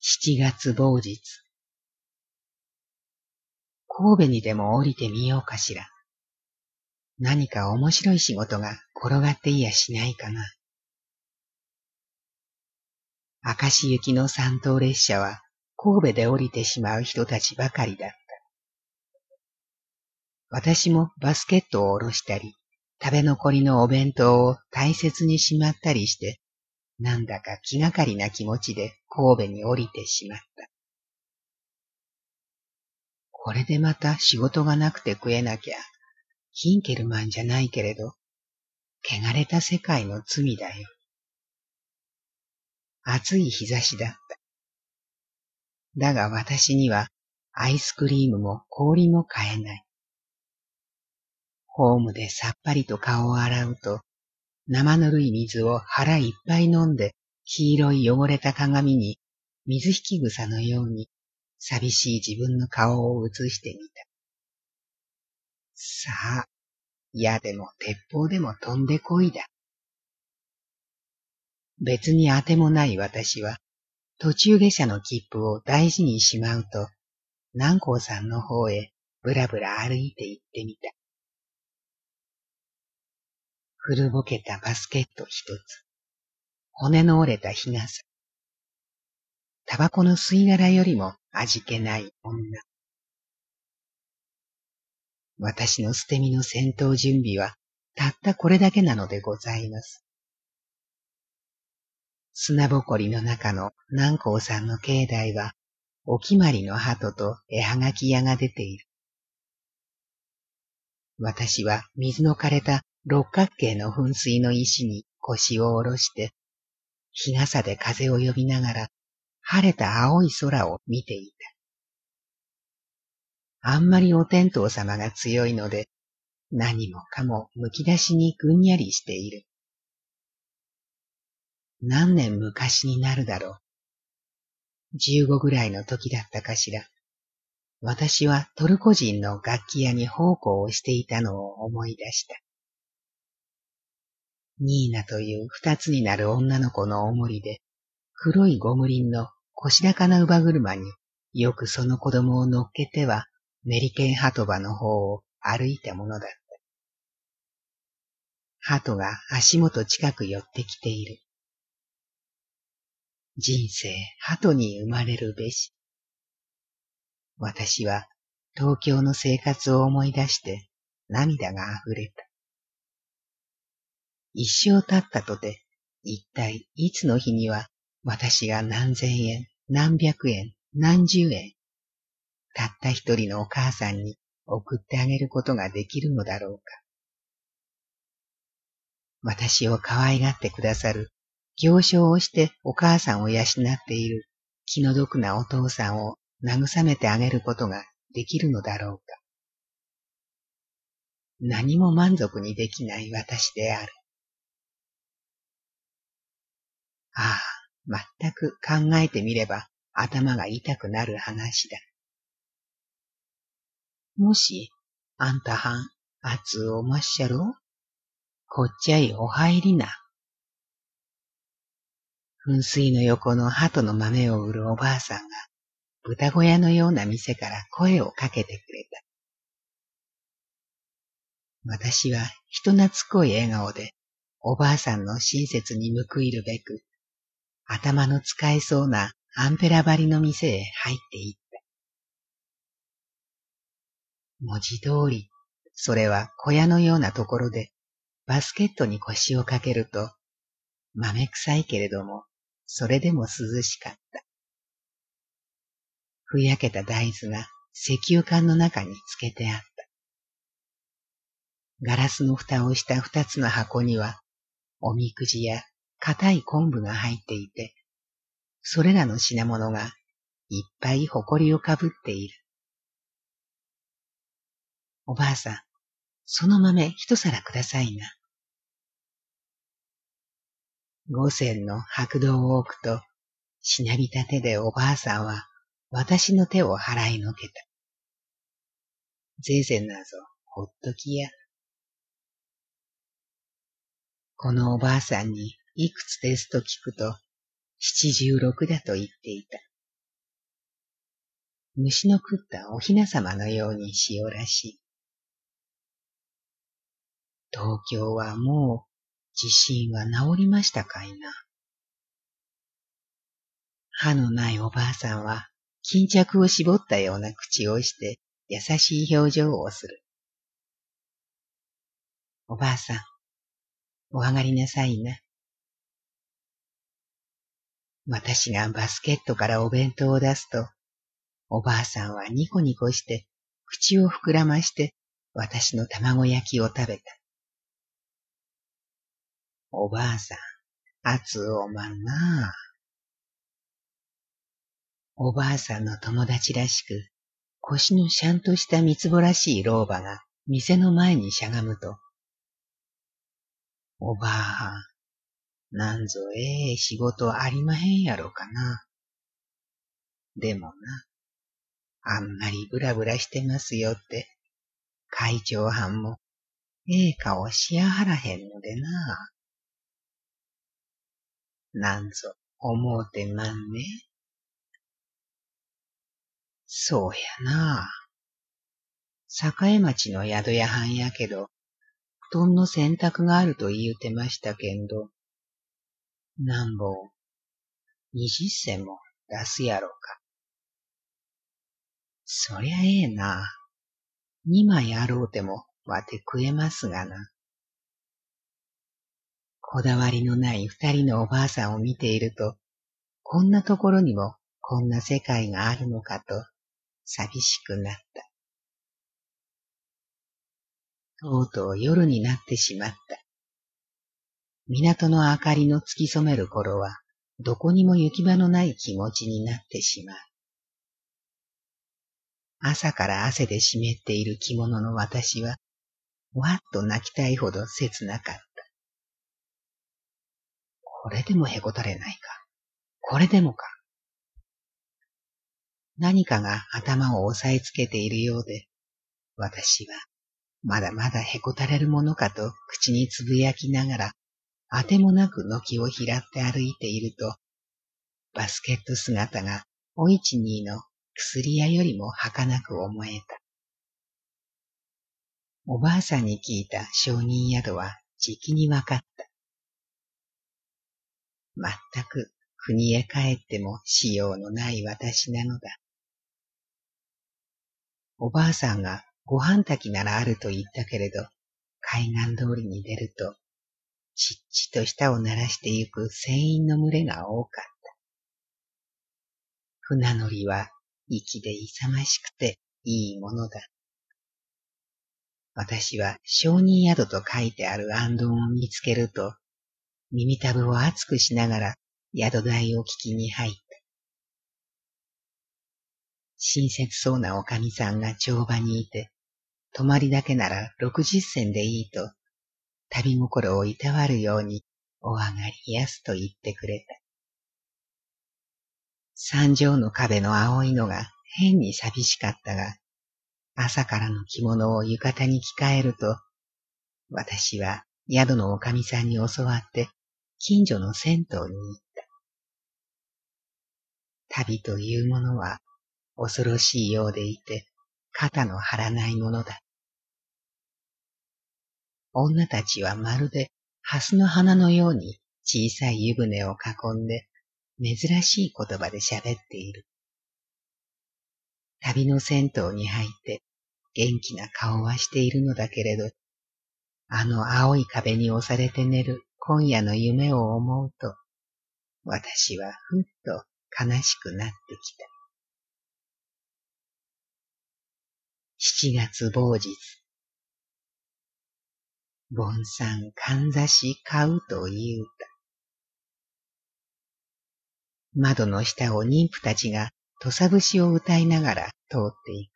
7月某日。神戸にでも降りてみようかしら。何か面白い仕事が転がっていやしないかな。明石行きの3等列車は神戸で降りてしまう人たちばかりだった。私もバスケットを下ろしたり、食べ残りのお弁当を大切にしまったりして、なんだか気がかりな気持ちで神戸に降りてしまった。これでまた仕事がなくて食えなきゃ、ヒンケルマンじゃないけれど、汚れた世界の罪だよ。暑い日差しだった。だが私にはアイスクリームも氷も買えない。ホームでさっぱりと顔を洗うと、生ぬるい水を腹いっぱい飲んで黄色い汚れた鏡に水引き草のように寂しい自分の顔を映してみた。さあ、矢でも鉄砲でも飛んでこいだ。別にあてもない私は、途中下車の切符を大事にしまうと、南光さんの方へぶらぶら歩いて行ってみた。古ぼけたバスケット一つ、骨の折れた日傘、タバコの吸い殻よりも味気ない女。私の捨て身の戦闘準備はたったこれだけなのでございます。砂ぼこりの中の南光さんの境内は、お決まりの鳩と絵はがき屋が出ている。私は水の枯れた六角形の噴水の石に腰を下ろして、日傘で風を呼びながら晴れた青い空を見ていた。あんまりお天道様が強いので、何もかもむき出しにぐんやりしている。何年昔になるだろう。15ぐらいの時だったかしら。私はトルコ人の楽器屋に奉公をしていたのを思い出した。ニーナという2つになる女の子のおもりで、黒いゴムリンの腰高な乳母車によくその子供を乗っけてはメリケン鳩場の方を歩いたものだった。鳩が足元近く寄ってきている。人生、鳩に生まれるべし。私は東京の生活を思い出して涙が溢れた。一生経ったとて、一体いつの日には私が何千円、何百円、何十円、たった一人のお母さんに送ってあげることができるのだろうか。私を可愛がってくださる、行商をしてお母さんを養っている気の毒なお父さんを慰めてあげることができるのだろうか。何も満足にできない私である。ああ、まったく考えてみれば頭が痛くなる話だ。もし、あんたはん、熱おまっしゃろ？こっちゃいお入りな。噴水の横の鳩の豆を売るおばあさんが、豚小屋のような店から声をかけてくれた。私は人懐っこい笑顔で、おばあさんの親切に報いるべく、頭の使えそうなアンペラ張りの店へ入っていった。文字通り、それは小屋のようなところで、バスケットに腰をかけると、豆臭いけれども、それでも涼しかった。ふやけた大豆が石油缶の中につけてあった。ガラスの蓋をした2つの箱には、おみくじや硬い昆布が入っていて、それらの品物がいっぱい埃をかぶっている。おばあさん、その豆一皿くださいな。5銭の白銅を置くと、しなびた手でおばあさんは私の手を払いのけた。ぜいぜんなぞ、ほっときや。このおばあさんにいくつですと聞くと、76だと言っていた。 虫の食ったお雛様のようにしおらしい。東京はもう地震は治りましたかいな。歯のないおばあさんは巾着を絞ったような口をして優しい表情をする。おばあさん、お上がりなさいな。私がバスケットからお弁当を出すと、おばあさんはニコニコして口を膨らまして私の卵焼きを食べた。おばあさん、熱おまんなあ。おばあさんの友達らしく、腰のしゃんとしたみつぼらしい老婆が店の前にしゃがむと、おばあはん、なんぞ仕事ありまへんやろかな。でもな、あんまりブラブラしてますよって、会長はんも顔しやはらへんのでな。なんぞ思うてまんね。そうやな。栄町の宿屋はんやけど、布団の洗濯があると言うてましたけんど、なんぼ、20銭も出すやろか。そりゃな。2枚あろうてもわて食えますがな。こだわりのない2人のおばあさんを見ていると、こんなところにもこんな世界があるのかと寂しくなった。とうとう夜になってしまった。港の明かりの突き染める頃は、どこにも行き場のない気持ちになってしまう。朝から汗で湿っている着物の私は、わっと泣きたいほど切なかった。これでもへこたれないか。これでもか。何かが頭を押さえつけているようで、私はまだまだへこたれるものかと口につぶやきながら、あてもなく軒を拾って歩いていると、バスケット姿がお一二の薬屋よりも儚く思えた。おばあさんに聞いた証人宿はじきにわかった。まったく国へ帰ってもしようのない私なのだ。おばあさんがご飯炊きならあると言ったけれど、海岸通りに出ると、ちっちと舌を鳴らしてゆく船員の群れが多かった。船乗りは粋で勇ましくていいものだ。私は証人宿と書いてある行灯を見つけると、耳たぶを熱くしながら宿代を聞きに入った。親切そうなおかみさんが帳場にいて、泊まりだけなら60銭でいいと、旅心をいたわるようにお上がりやすと言ってくれた。三畳の壁の青いのが変に寂しかったが、朝からの着物を浴衣に着替えると、私は宿のおかみさんに教わって近所の銭湯に行った。旅というものは恐ろしいようでいて肩の張らないものだ。女たちはまるで蓮の花のように小さい湯船を囲んで珍しい言葉で喋っている。旅の銭湯に入って元気な顔はしているのだけれど、あの青い壁に押されて寝る今夜の夢を思うと、私はふっと悲しくなってきた。7月某日。盆山かんざし買うと言うた。窓の下を妊婦たちが土佐節を歌いながら通っていく。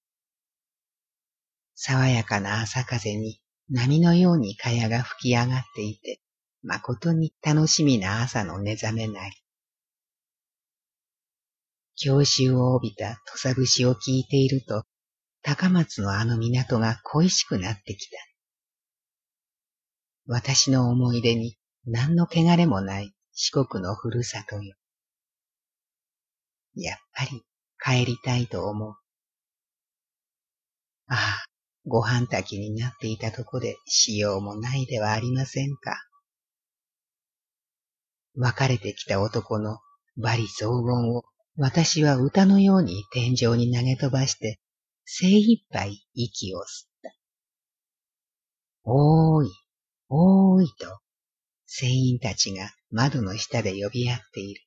爽やかな朝風に波のように蚊帳が吹き上がっていて、誠に楽しみな朝の寝覚めなり。郷愁を帯びた土佐節を聞いていると、高松のあの港が恋しくなってきた。私の思い出に何の汚れもない四国のふるさとよ。やっぱり帰りたいと思う。ああ、ご飯炊きになっていたとこでしようもないではありませんか。別れてきた男の罵詈雑言を私は歌のように天井に投げ飛ばして精一杯息を吸った。おーい、おーいと船員たちが窓の下で呼び合っている。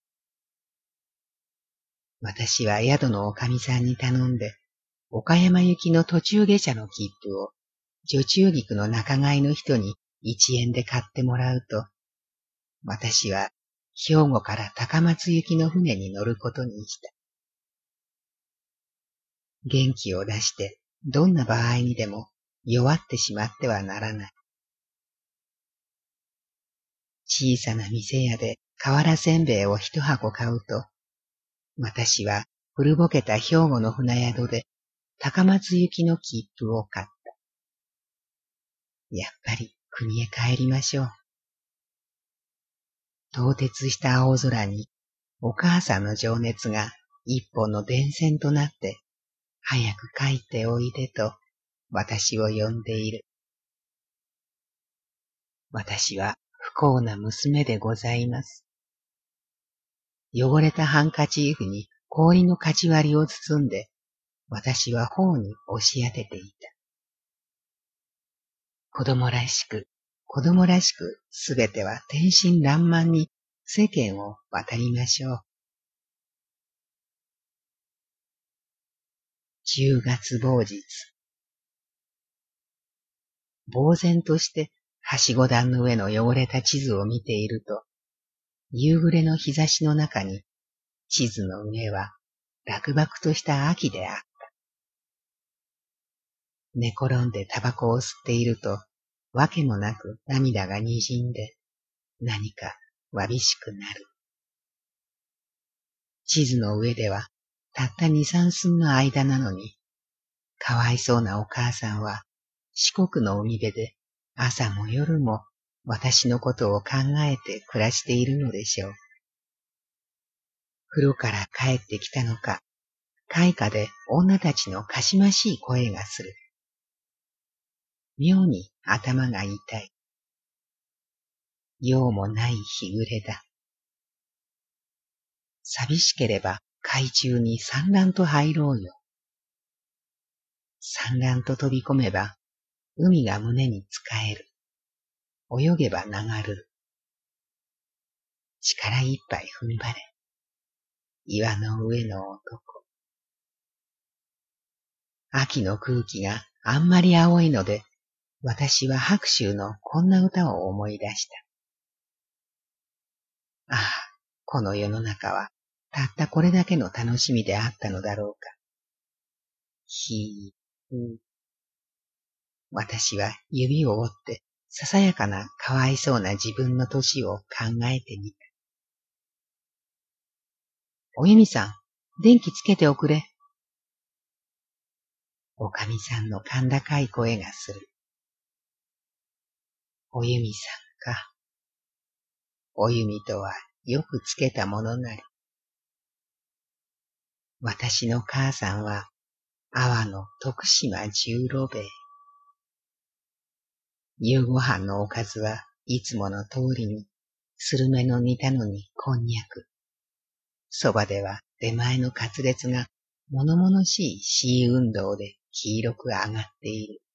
私は宿のおかみさんに頼んで岡山行きの途中下車の切符を女中菊の仲買の人に1円で買ってもらうと、私は兵庫から高松行きの船に乗ることにした。元気を出してどんな場合にでも弱ってしまってはならない。小さな店屋で瓦せんべいを一箱買うと、私は古ぼけた兵庫の船宿で高松行きの切符を買った。やっぱり国へ帰りましょう。凍結した青空にお母さんの情熱が一本の電線となって早く帰っておいでと私を呼んでいる。私は不幸な娘でございます。汚れたハンカチーフに氷のかち割りを包んで私は頬に押し当てていた。子供らしくすべては天真爛漫に世間を渡りましょう。10月某日。呆然としてはしご段の上の汚れた地図を見ていると、夕暮れの日差しの中に地図の上は落漠とした秋であった。寝転んでタバコを吸っていると、わけもなく涙が滲んで、何かわびしくなる。地図の上では、たった2、3寸の間なのに、かわいそうなお母さんは、四国の海辺で朝も夜も私のことを考えて暮らしているのでしょう。風呂から帰ってきたのか、開花で女たちのかしましい声がする。妙に頭が痛い。用もない日暮れだ。寂しければ海中に産卵と入ろうよ。産卵と飛び込めば海が胸につかえる。泳げば流る。力いっぱい踏ん張れ。岩の上の男。秋の空気があんまり青いので、私は白秋のこんな歌を思い出した。ああ、この世の中はたったこれだけの楽しみであったのだろうか。私は指を折ってささやかなかわいそうな自分の年を考えてみた。おゆみさん、電気つけておくれ。おかみさんの甲高い声がする。おゆみさんか。おゆみとはよくつけたものなり。私の母さんは阿波の徳島十郎兵衛。夕ご飯のおかずはいつもの通りにスルメの煮たのにこんにゃく。そばでは出前のカツレツが物々しい C 運動で黄色く上がっている。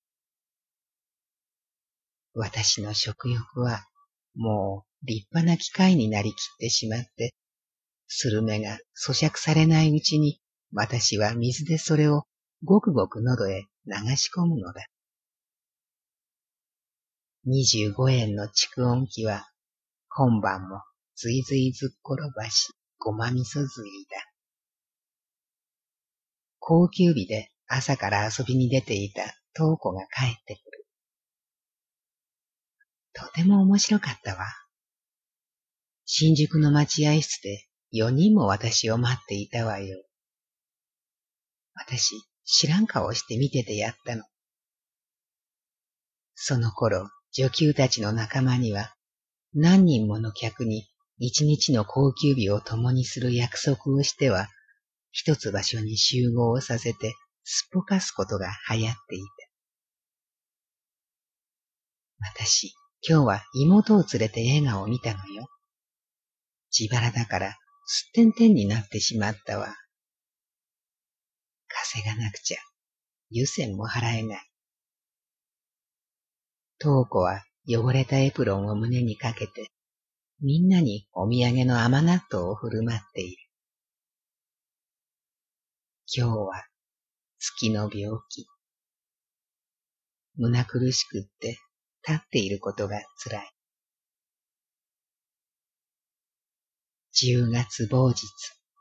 私の食欲はもう立派な機械になりきってしまって、スルメが咀嚼されないうちに私は水でそれをごくごく喉へ流し込むのだ。25円の蓄音機は今晩もずいずいずっころばしごま味噌ずいだ。高級日で朝から遊びに出ていた東子が帰ってくる。とても面白かったわ。新宿の待合室で4人も私を待っていたわよ。私、知らん顔して見ててやったの。その頃、女給たちの仲間には、何人もの客に一日の高級日を共にする約束をしては、 一つ場所に集合させてすっぽかすことが流行っていた。私、今日は妹を連れて映画を見たのよ。自腹だからすってんてんになってしまったわ。稼がなくちゃ、湯煎も払えない。トウコは汚れたエプロンを胸にかけて、みんなにお土産の甘納豆を振る舞っている。今日は月の病気。胸苦しくって立っていることがつらい。10月某日。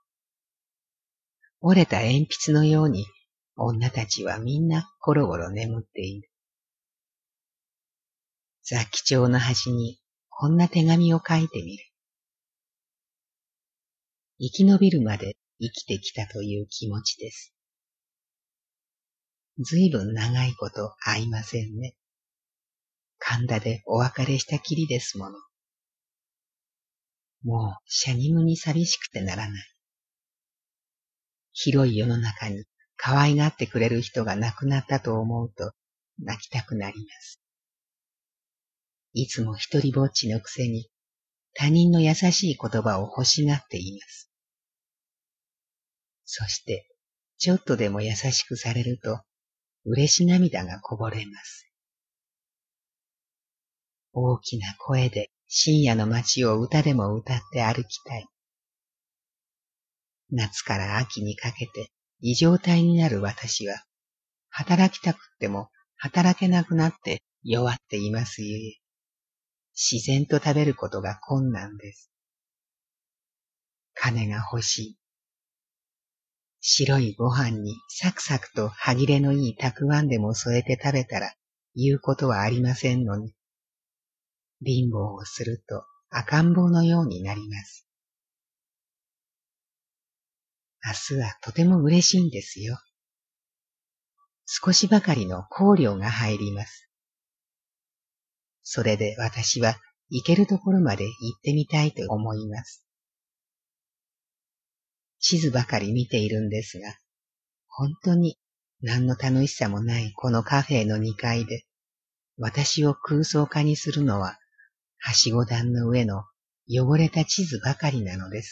折れた鉛筆のように女たちはみんなゴロゴロ眠っている。雑記帳の端にこんな手紙を書いてみる。生き延びるまで生きてきたという気持ちです。ずいぶん長いこと会いませんね。神田でお別れしたきりですもの。もうシャニムに寂しくてならない。広い世の中に可愛がってくれる人が亡くなったと思うと泣きたくなります。いつも一りぼっちのくせに他人の優しい言葉を欲しがっています。そしてちょっとでも優しくされると嬉し涙がこぼれます。大きな声で深夜の街を歌でも歌って歩きたい。夏から秋にかけて異常体になる私は、働きたくっても働けなくなって弱っていますゆえ、自然と食べることが困難です。金が欲しい。白いご飯にサクサクと歯切れのいいたくあんでも添えて食べたら言うことはありませんのに、貧乏をすると赤ん坊のようになります。明日はとても嬉しいんですよ。少しばかりの香料が入ります。それで私は行けるところまで行ってみたいと思います。地図ばかり見ているんですが、本当に何の楽しさもないこのカフェの2階で、私を空想家にするのは、はしご段の上の汚れた地図ばかりなのです。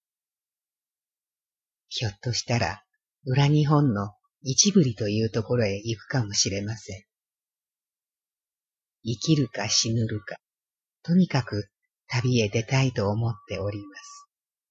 ひょっとしたら、裏日本の市振というところへ行くかもしれません。生きるか死ぬるか、とにかく旅へ出たいと思っております。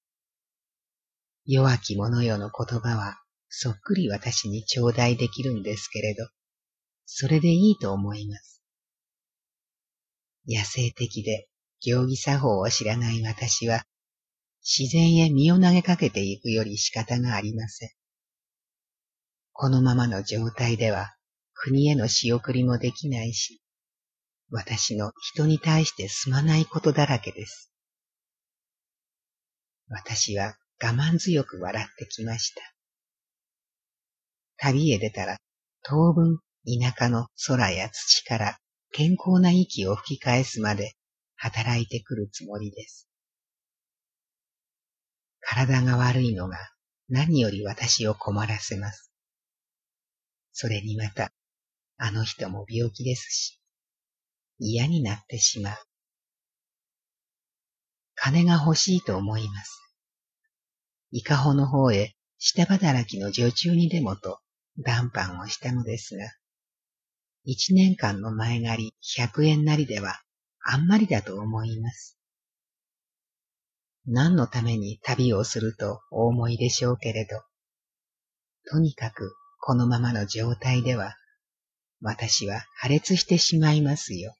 弱き者よの言葉はそっくり私に頂戴できるんですけれど、それでいいと思います。野生的で行儀作法を知らない私は、自然へ身を投げかけていくより仕方がありません。このままの状態では国への仕送りもできないし、私の人に対してすまないことだらけです。私は我慢強く笑ってきました。旅へ出たら当分田舎の空や土から健康な息を吹き返すまで働いてくるつもりです。体が悪いのが何より私を困らせます。それにまた、あの人も病気ですし、嫌になってしまう。金が欲しいと思います。伊香保の方へ下働きの女中にでもと談判をしたのですが、1年間の前借り100円なりではあんまりだと思います。何のために旅をするとお思いでしょうけれど、とにかくこのままの状態では、私は破裂してしまいますよ。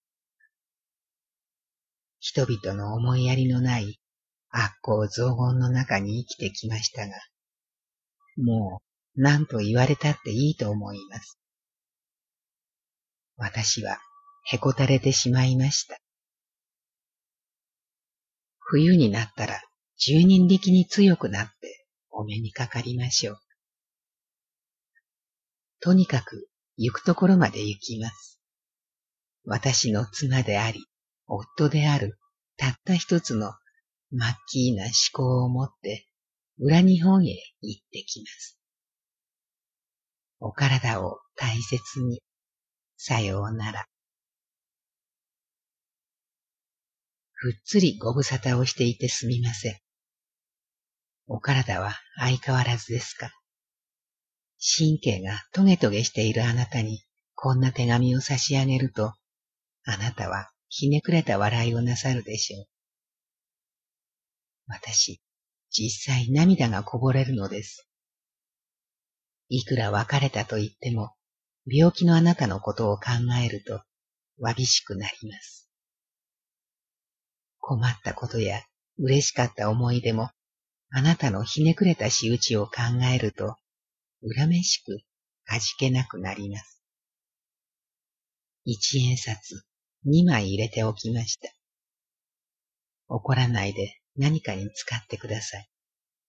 人々の思いやりのない悪行雑言の中に生きてきましたが、もう何と言われたっていいと思います。私はへこたれてしまいました。冬になったら十人力に強くなってお目にかかりましょう。とにかく行くところまで行きます。私の妻であり、夫であるたった一つのマッキーな思考を持って裏日本へ行ってきます。お体を大切に。さようなら。ふっつりご無沙汰をしていてすみません。お体は相変わらずですか？神経がトゲトゲしているあなたにこんな手紙を差し上げると、あなたはひねくれた笑いをなさるでしょう。私、実際涙がこぼれるのです。いくら別れたと言っても、病気のあなたのことを考えると、わびしくなります。困ったことや嬉しかった思い出も、あなたのひねくれた仕打ちを考えると、恨めしく味気なくなります。一円札2枚入れておきました。怒らないで何かに使ってください。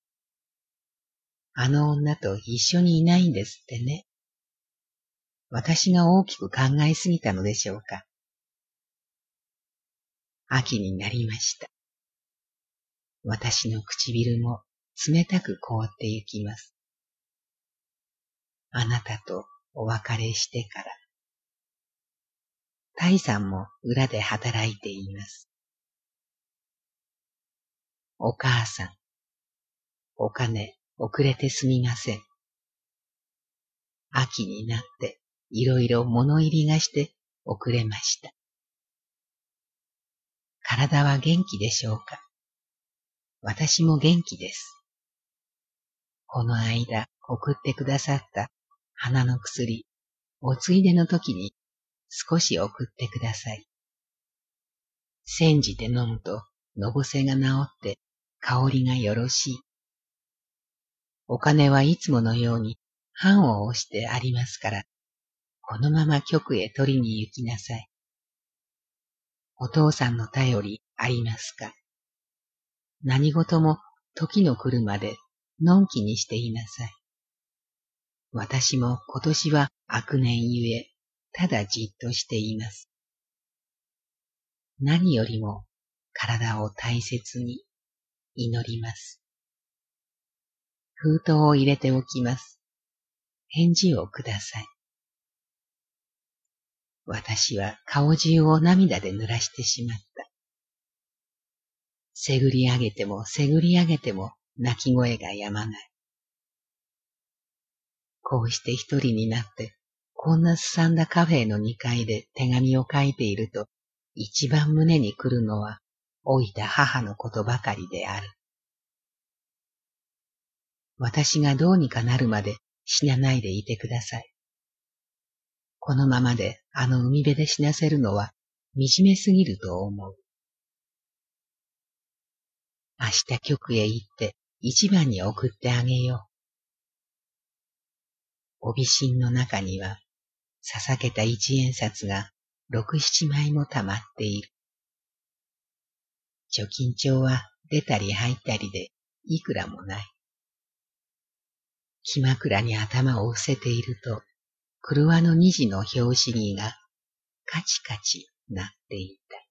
あの女と一緒にいないんですってね。私が大きく考えすぎたのでしょうか。秋になりました。私の唇も冷たく凍ってゆきます。あなたとお別れしてから。タイさんも裏で働いています。お母さん、お金遅れてすみません。秋になっていろいろ物入りがして遅れました。体は元気でしょうか？私も元気です。この間送ってくださった鼻の薬、おついでの時に少し送ってください。煎じて飲むとのぼせが治って香りがよろしい。お金はいつものように判を押してありますから、このまま局へ取りに行きなさい。お父さんの頼りありますか？何事も時の来るまでのんきにしていなさい。私も今年は悪年ゆえ、ただじっとしています。何よりも体を大切に祈ります。封筒を入れておきます。返事をください。私は顔中を涙で濡らしてしまった。せぐり上げてもせぐり上げても泣き声が止まない。こうして一人になって、こんなすさんだカフェの2階で手紙を書いていると、一番胸に来るのは、老いた母のことばかりである。私がどうにかなるまで死なないでいてください。このままであの海辺で死なせるのは惨めすぎると思う。明日局へ行って一番に送ってあげよう。帯芯の中には、ささけた一円札が6、7枚も溜まっている。貯金帳は出たり入ったりでいくらもない。気枕に頭を伏せていると、車の虹の拍子木がカチカチ鳴っていた。